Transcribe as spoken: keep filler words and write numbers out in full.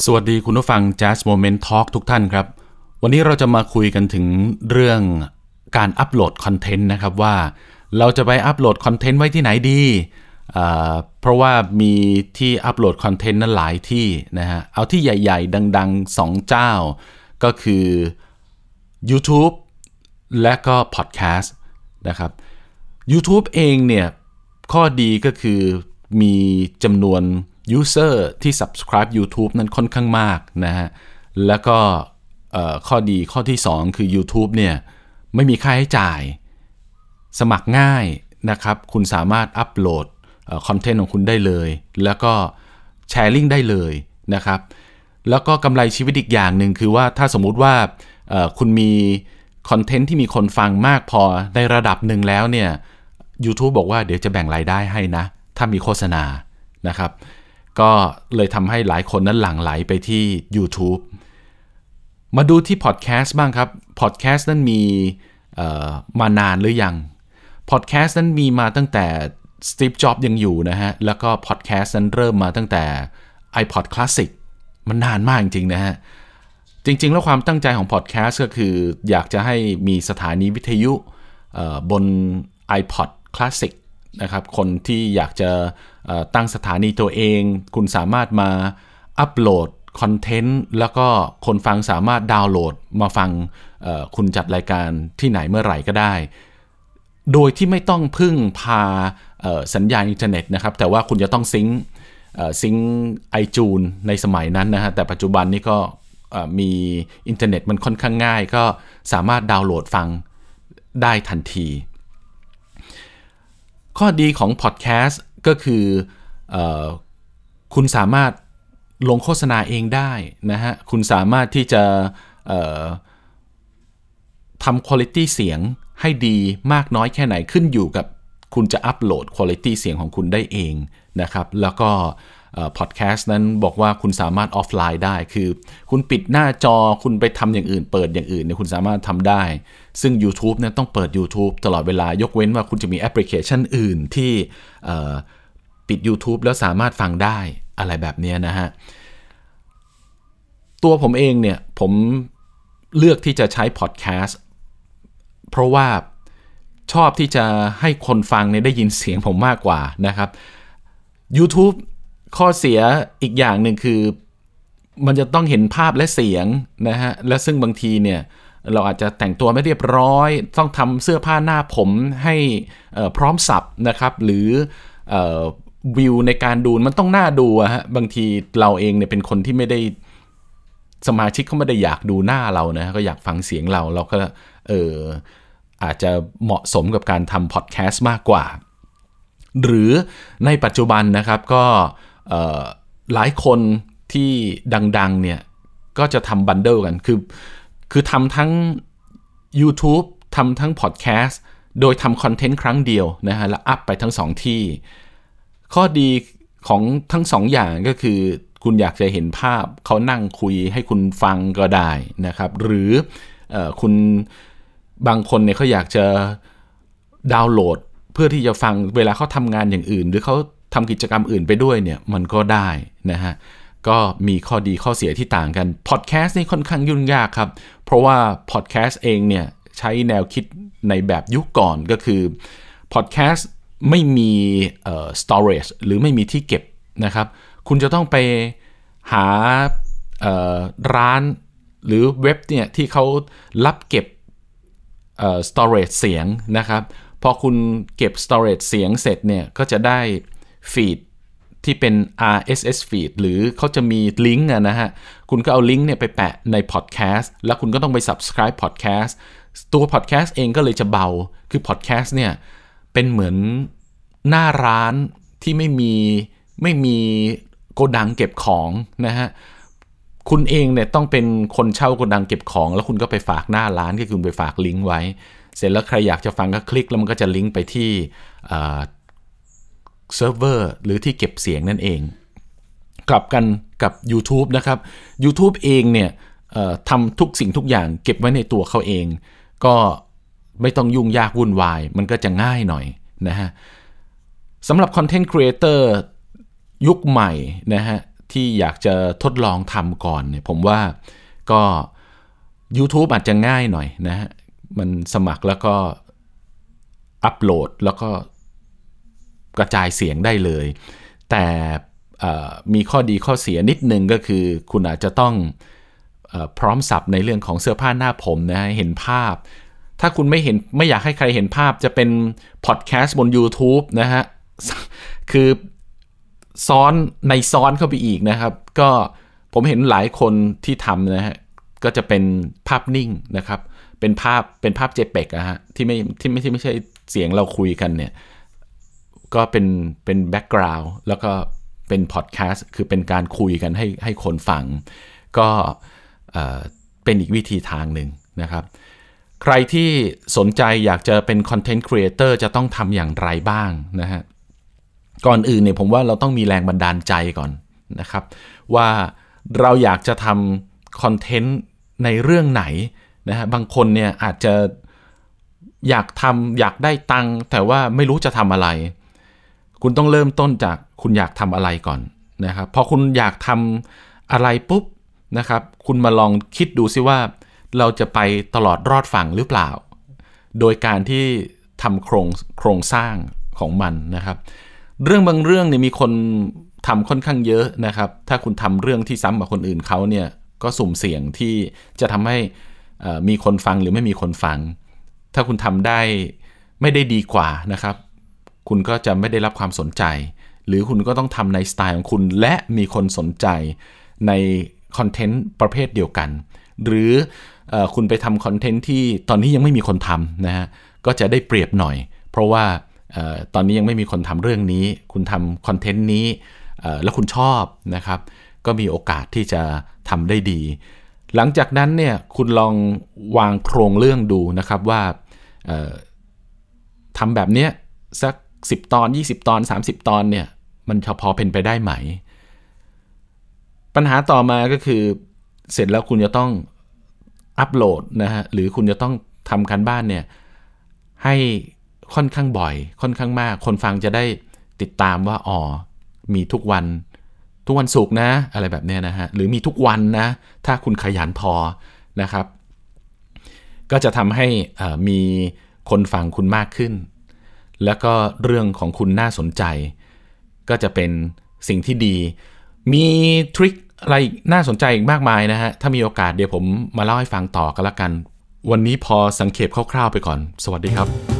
สวัสดีคุณผู้ฟัง Jazz Moment Talk ทุกท่านครับวันนี้เราจะมาคุยกันถึงเรื่องการอัปโหลดคอนเทนต์นะครับว่าเราจะไปอัปโหลดคอนเทนต์ไว้ที่ไหนดีเพราะว่ามีที่อัปโหลดคอนเทนต์นั้นหลายที่นะฮะเอาที่ใหญ่ๆดังๆสองเจ้าก็คือ YouTube และก็ Podcast นะครับ YouTube เองเนี่ยข้อดีก็คือมีจำนวน user ที่ subscribe YouTube นั้นค่อนข้างมากนะฮะแล้วก็ข้อดีข้อที่สองคือ YouTube เนี่ยไม่มีค่าใช้จ่ายสมัครง่ายนะครับคุณสามารถอัปโหลดคอนเทนต์ของคุณได้เลยแล้วก็แชร์ลิงก์ได้เลยนะครับแล้วก็กำไรชีวิตอีกอย่างหนึ่งคือว่าถ้าสมมุติว่าคุณมีคอนเทนต์ที่มีคนฟังมากพอในระดับหนึ่งแล้วเนี่ย YouTube บอกว่าเดี๋ยวจะแบ่งรายได้ให้นะถ้ามีโฆษณานะครับก็เลยทำให้หลายคนนั้นหลั่งไหลไปที่ YouTube มาดูที่พอดแคสต์บ้างครับพอดแคสต์นั้นมีมานานหรือยังพอดแคสต์นั้นมีมาตั้งแต่ Steve Jobs ยังอยู่นะฮะแล้วก็พอดแคสต์นั้นเริ่มมาตั้งแต่ iPod Classic มันนานมากจริงๆนะฮะจริงๆแล้วความตั้งใจของพอดแคสต์ก็คืออยากจะให้มีสถานีวิทยุบน iPod Classic นะครับคนที่อยากจะตั้งสถานีตัวเองคุณสามารถมาอัปโหลดคอนเทนต์แล้วก็คนฟังสามารถดาวน์โหลดมาฟังคุณจัดรายการที่ไหนเมื่อไหร่ก็ได้โดยที่ไม่ต้องพึ่งพาสัญญาณอินเทอร์เน็ตนะครับแต่ว่าคุณจะต้องซิงค์ซิงค์ iTunes ในสมัยนั้นนะฮะแต่ปัจจุบันนี้ก็มีอินเทอร์เน็ตมันค่อนข้างง่ายก็สามารถดาวน์โหลดฟังได้ทันทีข้อดีของพอดแคสต์ก็คือเอ่อคุณสามารถลงโฆษณาเองได้นะฮะคุณสามารถที่จะเอ่อทำ quality เสียงให้ดีมากน้อยแค่ไหนขึ้นอยู่กับคุณจะอัปโหลด quality เสียงของคุณได้เองนะครับแล้วก็พอดแคสต์นั้นบอกว่าคุณสามารถออฟไลน์ได้คือคุณปิดหน้าจอคุณไปทำอย่างอื่นเปิดอย่างอื่นเนี่ยคุณสามารถทำได้ซึ่ง YouTube เนี่ยต้องเปิด YouTube ตลอดเวลายกเว้นว่าคุณจะมีแอปพลิเคชันอื่นที่ปิด YouTube แล้วสามารถฟังได้อะไรแบบนี้นะฮะตัวผมเองเนี่ยผมเลือกที่จะใช้พอดแคสต์เพราะว่าชอบที่จะให้คนฟังเนี่ยได้ยินเสียงผมมากกว่านะครับ YouTube ข้อเสียอีกอย่างหนึ่งคือมันจะต้องเห็นภาพและเสียงนะฮะและซึ่งบางทีเนี่ยเราอาจจะแต่งตัวไม่เรียบร้อยต้องทำเสื้อผ้าหน้าผมให้พร้อมสับนะครับหรือวิวในการดูมันต้องน่าดูอะฮะบางทีเราเองเนี่ยเป็นคนที่ไม่ได้สมาชิกเขาไม่ได้อยากดูหน้าเรานะก็อยากฟังเสียงเราเราก็เอออาจจะเหมาะสมกับการทำพอดแคสต์มากกว่าหรือในปัจจุบันนะครับก็หลายคนที่ดังๆเนี่ยก็จะทำบันเดิลกันคือคือทำทั้ง YouTube ทำทั้งพอดแคสต์โดยทำคอนเทนต์ครั้งเดียวนะฮะแล้วอัพไปทั้งสองที่ข้อดีของทั้งสองอย่างก็คือคุณอยากจะเห็นภาพเขานั่งคุยให้คุณฟังก็ได้นะครับหรือเอ่อคุณบางคนเนี่ยเขาอยากจะดาวน์โหลดเพื่อที่จะฟังเวลาเขาทำงานอย่างอื่นหรือเขาทำกิจกรรมอื่นไปด้วยเนี่ยมันก็ได้นะฮะก็มีข้อดีข้อเสียที่ต่างกันพอดแคสต์นี่ค่อนข้างยุ่งยากครับเพราะว่าพอดแคสต์เองเนี่ยใช้แนวคิดในแบบยุคก่อนก็คือพอดแคสต์ไม่มีเอ่อ storage หรือไม่มีที่เก็บนะครับคุณจะต้องไปหาเอ่อร้านหรือเว็บเนี่ยที่เขารับเก็บเอ่อ storage เสียงนะครับพอคุณเก็บ storage เสียงเสร็จเนี่ยก็จะได้ฟีดที่เป็น อาร์ เอส เอส feed หรือเขาจะมีลิงก์นะฮะคุณก็เอาลิงก์เนี่ยไปแปะใน podcast แล้วคุณก็ต้องไป subscribe podcast ตัว podcast เองก็เลยจะเบาคือ podcast เนี่ยเป็นเหมือนหน้าร้านที่ไม่มีไม่มีโกดังเก็บของนะฮะคุณเองเนี่ยต้องเป็นคนเช่าโกดังเก็บของแล้วคุณก็ไปฝากหน้าร้านก็คือคุณไปฝากลิงก์ไว้เสร็จแล้วใครอยากจะฟังก็คลิกแล้วมันก็จะลิงก์ไปที่เซิร์ฟเวอร์หรือที่เก็บเสียงนั่นเองกลับกันกับ YouTube นะครับ YouTube เองเนี่ยทำทุกสิ่งทุกอย่างเก็บไว้ในตัวเขาเองก็ไม่ต้องยุ่งยากวุ่นวายมันก็จะง่ายหน่อยนะฮะสำหรับ Content Creator ยุคใหม่นะฮะที่อยากจะทดลองทำก่อนเนี่ยผมว่าก็ YouTube อาจจะง่ายหน่อยนะฮะมันสมัครแล้วก็อัปโหลดแล้วก็กระจายเสียงได้เลยแต่มีข้อดีข้อเสียนิดนึงก็คือคุณอาจจะต้องเอ่อพร้อมสับในเรื่องของเสื้อผ้าหน้าผมนะเห็นภาพถ้าคุณไม่เห็นไม่อยากให้ใครเห็นภาพจะเป็นพอดแคสต์บน YouTube นะฮะคือซ้อนในซ้อนเข้าไปอีกนะครับก็ผมเห็นหลายคนที่ทำนะฮะก็จะเป็นภาพนิ่งนะครับเป็นภาพเป็นภาพ เจ พี อี จี อะฮะที่ไม่ที่ไม่ที่ไม่ใช่เสียงเราคุยกันเนี่ยก็เป็นเป็นแบ็กกราวด์แล้วก็เป็นพอดแคสต์คือเป็นการคุยกันให้ให้คนฟังก็เอ่อเป็นอีกวิธีทางหนึ่งนะครับใครที่สนใจอยากจะเป็นคอนเทนต์ครีเอเตอร์จะต้องทำอย่างไรบ้างนะฮะก่อนอื่นเนี่ยผมว่าเราต้องมีแรงบันดาลใจก่อนนะครับว่าเราอยากจะทำคอนเทนต์ในเรื่องไหนนะฮะบางคนเนี่ยอาจจะอยากทำอยากได้ตังค์แต่ว่าไม่รู้จะทำอะไรคุณต้องเริ่มต้นจากคุณอยากทำอะไรก่อนนะครับพอคุณอยากทำอะไรปุ๊บนะครับคุณมาลองคิดดูซิว่าเราจะไปตลอดรอดฝั่งหรือเปล่าโดยการที่ทำโครงโครงสร้างของมันนะครับเรื่องบางเรื่องเนี่ยมีคนทำค่อนข้างเยอะนะครับถ้าคุณทำเรื่องที่ซ้ำกับคนอื่นเขาเนี่ยก็สุ่มเสี่ยงที่จะทำให้มีคนฟังหรือไม่มีคนฟังถ้าคุณทำได้ไม่ได้ดีกว่านะครับคุณก็จะไม่ได้รับความสนใจหรือคุณก็ต้องทำในสไตล์ของคุณและมีคนสนใจในคอนเทนต์ประเภทเดียวกันหรือเอ่อคุณไปทำคอนเทนต์ที่ตอนนี้ยังไม่มีคนทำนะฮะก็จะได้เปรียบหน่อยเพราะว่าเอ่อตอนนี้ยังไม่มีคนทำเรื่องนี้คุณทำคอนเทนต์นี้เอ่อแล้วคุณชอบนะครับก็มีโอกาสที่จะทำได้ดีหลังจากนั้นเนี่ยคุณลองวางโครงเรื่องดูนะครับว่าเอ่อทำแบบเนี้ยสักสิบตอนยี่สิบตอนสามสิบตอนเนี่ยมันพอเป็นไปได้ไหมปัญหาต่อมาก็คือเสร็จแล้วคุณจะต้องอัปโหลดนะฮะหรือคุณจะต้องทำการบ้านเนี่ยให้ค่อนข้างบ่อยค่อนข้างมากคนฟังจะได้ติดตามว่าอ๋อมีทุกวันทุกวันศุกร์นะอะไรแบบเนี้ยนะฮะหรือมีทุกวันนะถ้าคุณขยันพอนะครับก็จะทำให้มีคนฟังคุณมากขึ้นแล้วก็เรื่องของคุณน่าสนใจก็จะเป็นสิ่งที่ดีมีทริคอะไรน่าสนใจอีกมากมายนะฮะถ้ามีโอกาสเดี๋ยวผมมาเล่าให้ฟังต่อกันละกันวันนี้พอสังเขปคร่าวๆไปก่อนสวัสดีครับ